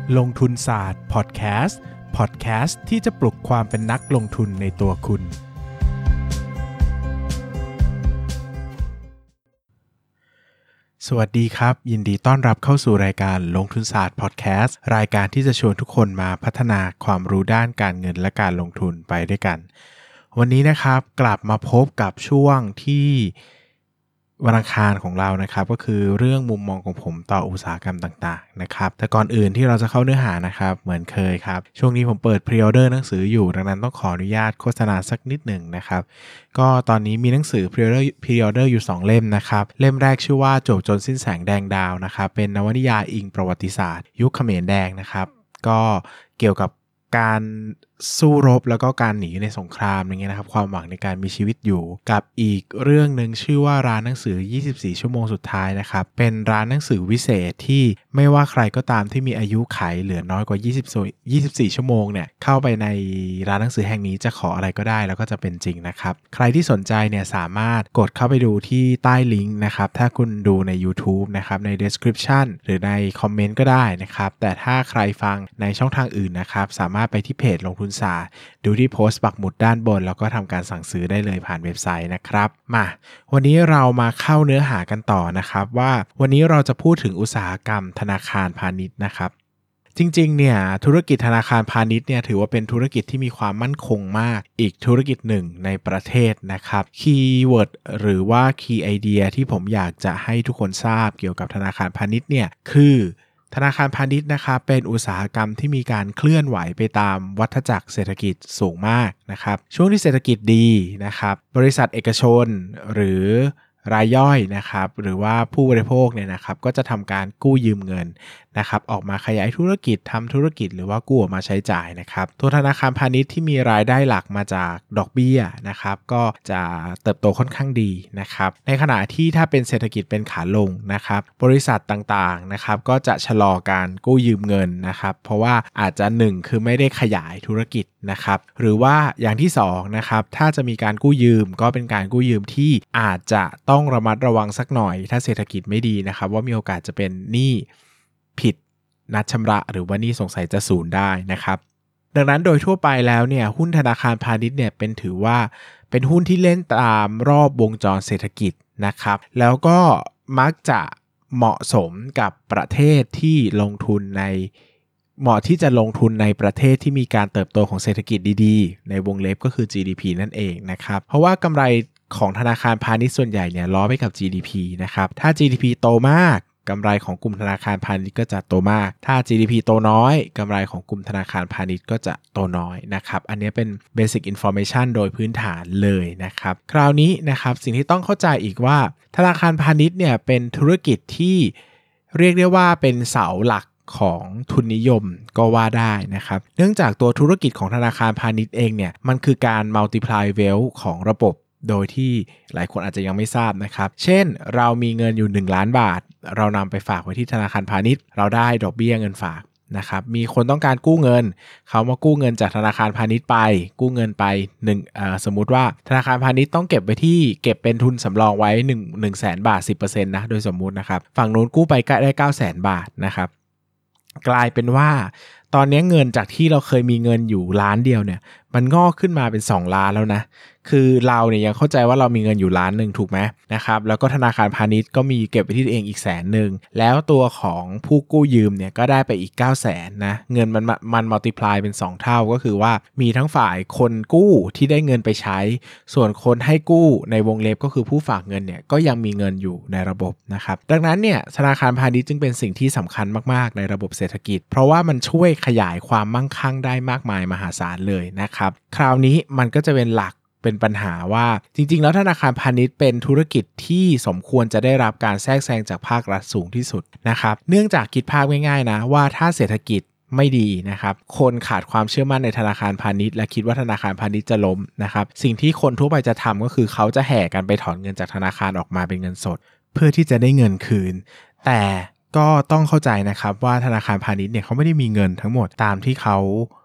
ลงทุนศาสตร์พอดแคสต์ที่จะปลุกความเป็นนักลงทุนในตัวคุณสวัสดีครับยินดีต้อนรับเข้าสู่รายการลงทุนศาสตร์พอดแคสต์รายการที่จะชวนทุกคนมาพัฒนาความรู้ด้านการเงินและการลงทุนไปด้วยกันวันนี้นะครับกลับมาพบกับช่วงที่วันอังคารของเรานะครับก็คือเรื่องมุมมองของผมต่ออุตสาหกรรมต่างๆนะครับแต่ก่อนอื่นที่เราจะเข้าเนื้อหานะครับเหมือนเคยครับช่วงนี้ผมเปิดพรีออเดอร์หนังสืออยู่ดังนั้นต้องขออนุญาตโฆษณาสักนิดหนึ่งนะครับก็ตอนนี้มีหนังสือพรีออเดอร์อยู่2เล่มนะครับเล่มแรกชื่อว่าโจบจนสิ้นแสงแดงดาวนะครับเป็นนวนิยายอิงประวัติศาสตร์ยุคเขมรแดงนะครับก็เกี่ยวกับการสู้รบแล้วก็การหนีในสงครามอย่างเงี้ยนะครับความหวังในการมีชีวิตอยู่กับอีกเรื่องนึงชื่อว่าร้านหนังสือ24ชั่วโมงสุดท้ายนะครับเป็นร้านหนังสือวิเศษที่ไม่ว่าใครก็ตามที่มีอายุขัยเหลือน้อยกว่า24ชั่วโมงเนี่ยเข้าไปในร้านหนังสือแห่งนี้จะขออะไรก็ได้แล้วก็จะเป็นจริงนะครับใครที่สนใจเนี่ยสามารถกดเข้าไปดูที่ใต้ลิงก์นะครับถ้าคุณดูใน YouTube นะครับใน description หรือในคอมเมนต์ก็ได้นะครับแต่ถ้าใครฟังในช่องทางอื่นนะครับสามารถไปที่เพจลงทุนศาสตร์ดูที่โพสต์ปักหมุดด้านบนแล้วก็ทำการสั่งซื้อได้เลยผ่านเว็บไซต์นะครับมาวันนี้เรามาเข้าเนื้อหากันต่อนะครับว่าวันนี้เราจะพูดถึงอุตสาหกรรมธนาคารพาณิชย์นะครับจริงๆเนี่ยธุรกิจธนาคารพาณิชย์เนี่ยถือว่าเป็นธุรกิจที่มีความมั่นคงมากอีกธุรกิจหนึ่งในประเทศนะครับคีย์เวิร์ดหรือว่าคีย์ไอเดียที่ผมอยากจะให้ทุกคนทราบเกี่ยวกับธนาคารพาณิชย์เนี่ยคือธนาคารพาณิชย์นะครับเป็นอุตสาหกรรมที่มีการเคลื่อนไหวไปตามวัฏจักรเศรษฐกิจสูงมากนะครับช่วงที่เศรษฐกิจดีนะครับบริษัทเอกชนหรือรายย่อยนะครับหรือว่าผู้บริโภคเนี่ยนะครับก็จะทำการกู้ยืมเงินนะครับออกมาขยายธุรกิจทำธุรกิจหรือว่ากู้ออกมาใช้จ่ายนะครับตัวธนาคารพาณิชย์ที่มีรายได้หลักมาจากดอกเบี้ยนะครับก็จะเติบโตค่อนข้างดีนะครับในขณะที่ถ้าเป็นเศรษฐกิจเป็นขาลงนะครับบริษัทต่างๆนะครับก็จะชะลอการกู้ยืมเงินนะครับเพราะว่าอาจจะ1คือไม่ได้ขยายธุรกิจนะครับหรือว่าอย่างที่2นะครับถ้าจะมีการกู้ยืมก็เป็นการกู้ยืมที่อาจจะต้องระมัดระวังสักหน่อยถ้าเศรษฐกิจไม่ดีนะครับว่ามีโอกาสจะเป็นหนี้ผิดนัดชำระหรือว่าหนี้สงสัยจะศูนย์ได้นะครับดังนั้นโดยทั่วไปแล้วเนี่ยหุ้นธนาคารพาณิชย์เนี่ยถือว่าเป็นหุ้นที่เล่นตามรอบวงจรเศรษฐกิจนะครับแล้วก็มักจะเหมาะสมกับประเทศที่ลงทุนในเหมาะที่จะลงทุนในประเทศที่มีการเติบโตของเศรษฐกิจดีๆในวงเล็บก็คือ GDP นั่นเองนะครับเพราะว่ากำไรของธนาคารพาณิชย์ส่วนใหญ่เนี่ยล้อไปกับ GDP นะครับถ้า GDP โตมากกำไรของกลุ่มธนาคารพาณิชย์ก็จะโตมากถ้า GDP โตน้อยกำไรของกลุ่มธนาคารพาณิชย์ก็จะโตน้อยนะครับอันนี้เป็น Basic Information โดยพื้นฐานเลยนะครับคราวนี้นะครับสิ่งที่ต้องเข้าใจอีกว่าธนาคารพาณิชย์เนี่ยเป็นธุรกิจที่เรียกได้ว่าเป็นเสาหลักของทุนนิยมก็ว่าได้นะครับเนื่องจากตัวธุรกิจของธนาคารพาณิชย์เองเนี่ยมันคือการ multiply wealth ของระบบโดยที่หลายคนอาจจะยังไม่ทราบนะครับเช่นเรามีเงินอยู่1ล้านบาทเรานำไปฝากไว้ที่ธนาคารพาณิชย์เราได้ดอกเบี้ยเงินฝากนะครับมีคนต้องการกู้เงินเขามากู้เงินจากธนาคารพาณิชย์ไปกู้เงินไปสมมุติว่าธนาคารพาณิชย์ต้องเก็บเป็นทุนสำรองไว้100,000 บาท 10% นะโดยสมมุตินะครับฝั่งนู้นกู้ไปก็ได้ 900,000 บาทนะครับกลายเป็นว่าตอนนี้เงินจากที่เราเคยมีเงินอยู่ล้านเดียวเนี่ยมันงอกขึ้นมาเป็น2ล้านแล้วนะคือเราเนี่ยยังเข้าใจว่าเรามีเงินอยู่ล้านนึงถูกไหมนะครับแล้วก็ธนาคารพาณิชย์ก็มีเก็บไว้ที่ตัวเองอีก100,000แล้วตัวของผู้กู้ยืมเนี่ยก็ได้ไปอีก 900,000 นะเงินมันมัลติพลายเป็น2เท่าก็คือว่ามีทั้งฝ่ายคนกู้ที่ได้เงินไปใช้ส่วนคนให้กู้ในวงเล็บก็คือผู้ฝากเงินเนี่ยก็ยังมีเงินอยู่ในระบบนะครับดังนั้นเนี่ยธนาคารพาณิชย์จึงเป็นสิ่งที่สำคัญมากๆในระบบเศรษฐกิจเพราะว่ามันช่วยขยายความมั่งคั่งได้มากมายมหาศาลเลยนะครับคราวนี้มันก็จะเป็นหลักเป็นปัญหาว่าจริงๆแล้วธนาคารพาณิชย์เป็นธุรกิจที่สมควรจะได้รับการแทรกแซงจากภาครัฐสูงที่สุดนะครับเนื่องจากคิดภาพง่ายๆนะว่าถ้าเศรษฐกิจไม่ดีนะครับคนขาดความเชื่อมั่นในธนาคารพาณิชย์และคิดว่าธนาคารพาณิชย์จะล้มนะครับสิ่งที่คนทั่วไปจะทำก็คือเขาจะแห่กันไปถอนเงินจากธนาคารออกมาเป็นเงินสดเพื่อที่จะได้เงินคืนแต่ก็ต้องเข้าใจนะครับว่าธนาคารพาณิชย์เนี่ยเขาไม่ได้มีเงินทั้งหมดตามที่เขา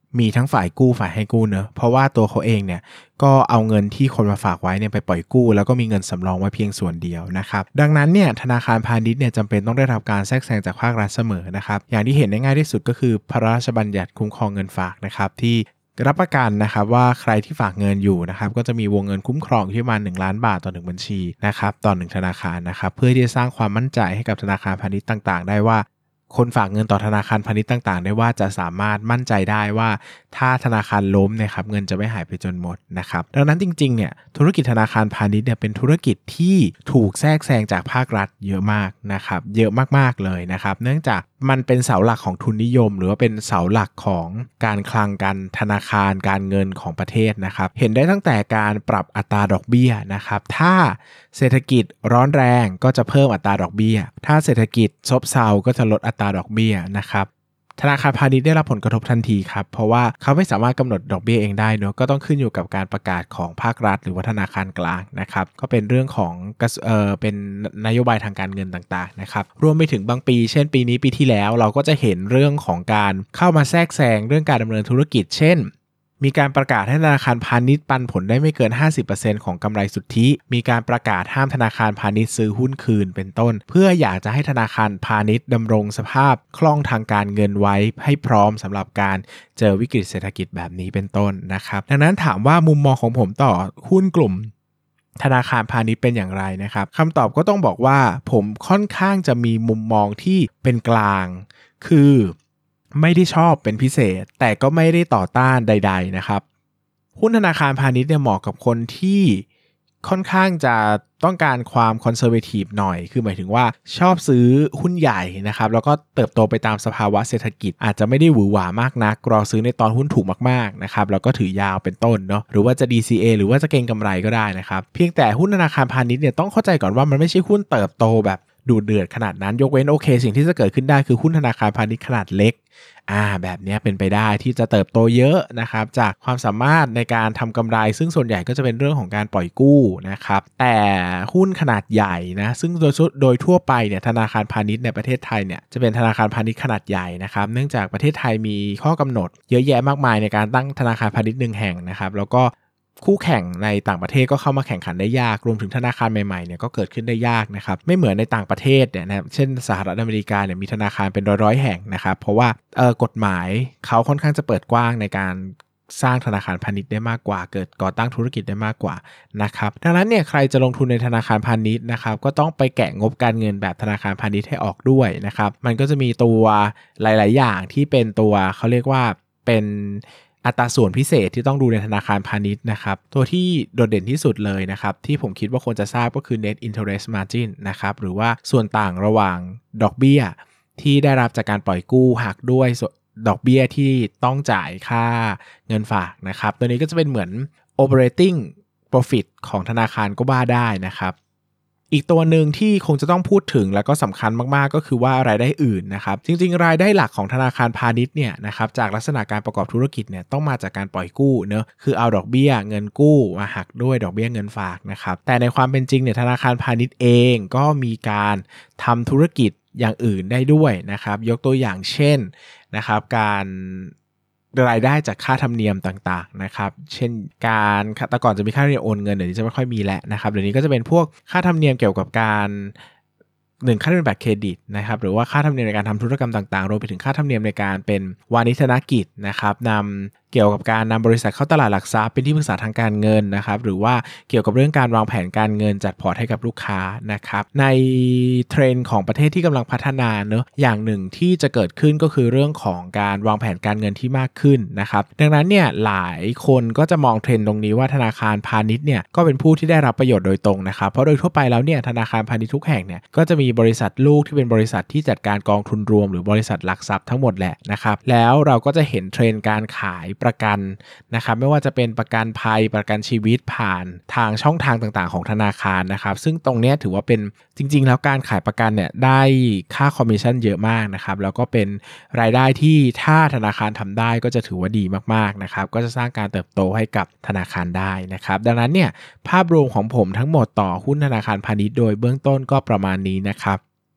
มีทั้งฝ่ายกู้ฝ่ายให้กู้เนอะเพราะว่าตัวเขาเองเนี่ยก็เอาเงินที่คนมาฝากไว้เนี่ยไปปล่อยกู้แล้วก็มีเงินสำรองไว้เพียงส่วนเดียวนะครับดังนั้นเนี่ยธนาคารพาณิชย์เนี่ยจำเป็นต้องได้รับการแทรกแซงจากภาครัฐเสมอนะครับอย่างที่เห็นได้ง่ายที่สุดก็คือพระราชบัญญัติคุ้มครองเงินฝากนะครับที่รับประกันนะครับว่าใครที่ฝากเงินอยู่นะครับก็จะมีวงเงินคุ้มครองที่ประมาณ1 ล้านบาทต่อ1บัญชีนะครับต่อ1ธนาคารนะครับเพื่อที่จะสร้างความมั่นใจให้กับธนาคารพาณิชย์ต่างๆได้ว่าคนฝากเงินต่อธนาคารพาณิชย์ต่างๆได้ว่าจะสามารถมั่นใจได้ว่าถ้าธนาคารล้มนะครับเงินจะไม่หายไปจนหมดนะครับดังนั้นจริงๆเนี่ยธุรกิจธนาคารพาณิชย์เนี่ยเป็นธุรกิจที่ถูกแทรกแซงจากภาครัฐเยอะมากนะครับเยอะมากๆเลยนะครับเนื่องจากมันเป็นเสาหลักของทุนนิยมหรือว่าเป็นเสาหลักของการคลังการธนาคารการเงินของประเทศนะครับเห็นได้ตั้งแต่การปรับอัตราดอกเบี้ยนะครับถ้าเศรษฐกิจร้อนแรงก็จะเพิ่มอัตราดอกเบี้ยถ้าเศรษฐกิจซบเซาก็จะลดอัตราดอกเบี้ยนะครับธนาคารพาณิชย์ได้รับผลกระทบทันทีครับเพราะว่าเขาไม่สามารถกำหนดดอกเบี้ยเองได้เนอะก็ต้องขึ้นอยู่กับการประกาศของภาครัฐหรือว่าธนาคารกลางนะครับก็เป็นเรื่องของเป็นนโยบายทางการเงินต่างๆนะครับรวมไปถึงบางปีเช่นปีนี้ปีที่แล้วเราก็จะเห็นเรื่องของการเข้ามาแทรกแซงเรื่องการดำเนินธุรกิจเช่นมีการประกาศให้ธนาคารพาณิชย์ปันผลได้ไม่เกิน 50% ของกำไรสุทธิมีการประกาศห้ามธนาคารพาณิชย์ซื้อหุ้นคืนเป็นต้นเพื่ออยากจะให้ธนาคารพาณิชย์ดำรงสภาพคล่องทางการเงินไว้ให้พร้อมสำหรับการเจอวิกฤตเศรษฐกิจแบบนี้เป็นต้นนะครับดังนั้นถามว่ามุมมองของผมต่อหุ้นกลุ่มธนาคารพาณิชย์เป็นอย่างไรนะครับคำตอบก็ต้องบอกว่าผมค่อนข้างจะมีมุมมองที่เป็นกลางคือไม่ได้ชอบเป็นพิเศษแต่ก็ไม่ได้ต่อต้านใดๆนะครับหุ้นธนาคารพาณิชย์เนี่ยเหมาะกับคนที่ค่อนข้างจะต้องการความคอนเซอร์เวทีฟหน่อยคือหมายถึงว่าชอบซื้อหุ้นใหญ่นะครับแล้วก็เติบโตไปตามสภาวะเศรษฐกิจอาจจะไม่ได้หวือหวามากนักรอซื้อในตอนหุ้นถูกมากๆนะครับแล้วก็ถือยาวเป็นต้นเนาะหรือว่าจะ DCA หรือว่าจะเก็งกำไรก็ได้นะครับเพียงแต่หุ้นธนาคารพาณิชย์เนี่ยต้องเข้าใจก่อนว่ามันไม่ใช่หุ้นเติบโตแบบดูเดือดขนาดนั้นยกเว้นโอเคสิ่งที่จะเกิดขึ้นได้คือหุ้นธนาคารพาณิชย์ขนาดเล็กแบบนี้เป็นไปได้ที่จะเติบโตเยอะนะครับจากความสามารถในการทำกำไรซึ่งส่วนใหญ่ก็จะเป็นเรื่องของการปล่อยกู้นะครับแต่หุ้นขนาดใหญ่นะซึ่งโดยทั่วไปเนี่ยธนาคารพาณิชย์ในประเทศไทยเนี่ยจะเป็นธนาคารพาณิชย์ขนาดใหญ่นะครับเนื่องจากประเทศไทยมีข้อกำหนดเยอะแยะมากมายในการตั้งธนาคารพาณิชย์1 แห่งนะครับแล้วก็คู่แข่งในต่างประเทศก็เข้ามาแข่งขันได้ยากรวมถึงธนาคารใหม่ๆเนี่ยก็เกิดขึ้นได้ยากนะครับไม่เหมือนในต่างประเทศเนี่ยนะเช่นสหรัฐอเมริกาเนี่ยมีธนาคารเป็นร้อยๆแห่งนะครับเพราะว่ากฎหมายเขาค่อนข้างจะเปิดกว้างในการสร้างธนาคารพาณิชย์ได้มากกว่าเกิดก่อตั้งธุรกิจได้มากกว่านะครับดังนั้นเนี่ยใครจะลงทุนในธนาคารพาณิชย์นะครับก็ต้องไปแกะงบการเงินแบบธนาคารพาณิชย์ให้ออกด้วยนะครับมันก็จะมีตัวหลายๆอย่างที่เป็นตัวเขาเรียกว่าเป็นอัตราส่วนพิเศษที่ต้องดูในธนาคารพาณิชย์นะครับตัวที่โดดเด่นที่สุดเลยนะครับที่ผมคิดว่าควรจะทราบก็คือ net interest margin นะครับหรือว่าส่วนต่างระหว่างดอกเบี้ยที่ได้รับจากการปล่อยกู้หักด้วยดอกเบี้ยที่ต้องจ่ายค่าเงินฝากนะครับตัวนี้ก็จะเป็นเหมือน operating profit ของธนาคารก็ว่าได้นะครับอีกตัวหนึ่งที่คงจะต้องพูดถึงแล้วก็สำคัญมากๆก็คือว่ารายได้อื่นนะครับจริงๆรายได้หลักของธนาคารพาณิชย์เนี่ยนะครับจากลักษณะการประกอบธุรกิจเนี่ยต้องมาจากการปล่อยกู้เนอะคือเอาดอกเบี้ยเงินกู้มาหักด้วยดอกเบี้ยเงินฝากนะครับแต่ในความเป็นจริงเนี่ยธนาคารพาณิชย์เองก็มีการทำธุรกิจอย่างอื่นได้ด้วยนะครับยกตัวอย่างเช่นนะครับการรายได้จากค่าธรรมเนียมต่างๆนะครับเช่นการแต่ก่อนจะมีค่าธรรมเนียมโอนเงินเดี๋ยวนี้จะไม่ค่อยมีแล้วนะครับเดี๋ยวนี้ก็จะเป็นพวกค่าธรรมเนียมเกี่ยวกับการค่าธรรมเนียมบัตรเครดิตนะครับหรือว่าค่าธรรมเนียมในการทำธุรกรรมต่างๆรวมไปถึงค่าธรรมเนียมในการเป็นวานิชนกิจนะครับเกี่ยวกับการนำบริษัทเข้าตลาดหลักทรัพย์เป็นที่ปรึกษาทางการเงินนะครับหรือว่าเกี่ยวกับเรื่องการวางแผนการเงินจัดพอร์ตให้กับลูกค้านะครับในเทรนด์ของประเทศที่กำลังพัฒนาเนอะอย่างหนึ่งที่จะเกิดขึ้นก็คือเรื่องของการวางแผนการเงินที่มากขึ้นนะครับดังนั้นเนี่ยหลายคนก็จะมองเทรนด์ตรงนี้ว่าธนาคารพาณิชย์เนี่ยก็เป็นผู้ที่ได้รับประโยชน์โดยตรงนะครับเพราะโดยทั่วไปแล้วเนี่ยธนาคารพาณิชย์ทุกแห่งเนี่ยก็จะมีบริษัทลูกที่เป็นบริษัทที่จัดการกองทุนรวมหรือบริษัทหลักทรัพย์ทั้งหมดแหละนะครับแล้วเราก็จะเห็นเทรนด์การขายประกันนะครับไม่ว่าจะเป็นประกันภัยประกันชีวิตผ่านทางช่องทางต่างๆของธนาคารนะครับซึ่งตรงนี้ถือว่าเป็นจริงๆแล้วการขายประกันเนี่ยได้ค่าคอมมิชชั่นเยอะมากนะครับแล้วก็เป็นรายได้ที่ถ้าธนาคารทำได้ก็จะถือว่าดีมากๆนะครับก็จะสร้างการเติบโตให้กับธนาคารได้นะครับดังนั้นเนี่ยภาพรวมของผมทั้งหมดต่อหุ้นธนาคารพาณิชย์โดยเบื้องต้นก็ประมาณนี้นะครับ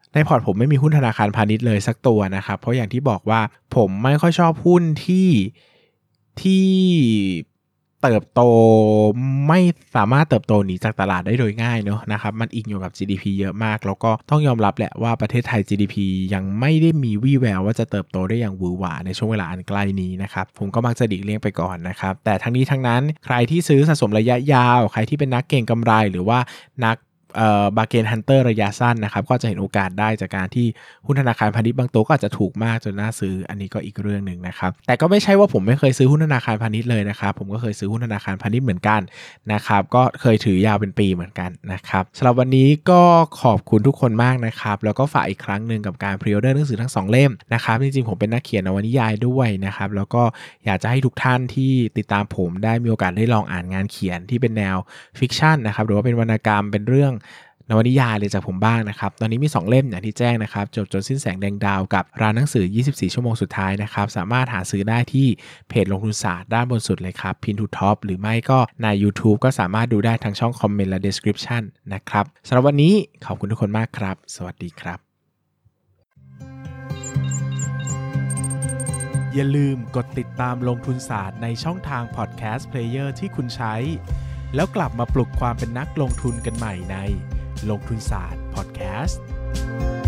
ในพอร์ตผมไม่มีหุ้นธนาคารพาณิชย์เลยสักตัวนะครับเพราะอย่างที่บอกว่าผมไม่ค่อยชอบหุ้นที่เติบโตไม่สามารถเติบโตหนีจากตลาดได้โดยง่ายเนอะนะครับมันอิงอยู่กับ GDP เยอะมากแล้วก็ต้องยอมรับแหละว่าประเทศไทย GDP ยังไม่ได้มีวี่แววว่าจะเติบโตได้อย่างหวือหวาในช่วงเวลาอันใกล้นี้นะครับผมก็มักจะหลีกเลี่ยงไปก่อนนะครับแต่ทั้งนี้ทั้งนั้นใครที่ซื้อสะสมระยะยาวใครที่เป็นนักเก็งกำไรหรือว่านักบาร์เกนฮันเตอร์ระยะสั้นนะครับก็จะเห็นโอกาสได้จากการที่หุ้นธนาคารพาณิชย์บางตัวก็อาจจะถูกมากจนน่าซื้ออันนี้ก็อีกเรื่องนึงนะครับแต่ก็ไม่ใช่ว่าผมไม่เคยซื้อหุ้นธนาคารพาณิชย์เลยนะครับผมก็เคยซื้อหุ้นธนาคารพาณิชย์เหมือนกันนะครับก็เคยถือยาวเป็นปีเหมือนกันนะครับสำหรับวันนี้ก็ขอบคุณทุกคนมากนะครับแล้วก็ฝากอีกครั้งนึงกับการพรีออเดอร์หนังสือทั้ง2เล่มนะครับจริงๆผมเป็นนักเขียนนวนิยายด้วยนะครับแล้วก็อยากจะให้ทุกท่านที่ติดตามผมได้มีโอกาสได้ลองอ่านงานเขียนที่เป็นแนวฟิกชันนะครับหรือว่าเป็นวรรณกรรมเป็นเรื่องนวนิยายเลยจากผมบ้างนะครับตอนนี้มี2เล่มอย่างที่แจ้งนะครับจบจนสิ้นแสงแดงดาวกับร้านหนังสือ24ชั่วโมงสุดท้ายนะครับสามารถหาซื้อได้ที่เพจลงทุนศาสตร์ด้านบนสุดเลยครับ Pin to Top หรือไม่ก็ใน YouTube ก็สามารถดูได้ทางช่องคอมเมนต์และ Description นะครับสำหรับวันนี้ขอบคุณทุกคนมากครับสวัสดีครับอย่าลืมกดติดตามลงทุนศาสตร์ในช่องทาง Podcast Player ที่คุณใช้แล้วกลับมาปลุกความเป็นนักลงทุนกันใหม่ในลงทุนศาสตร์พอดแคสต์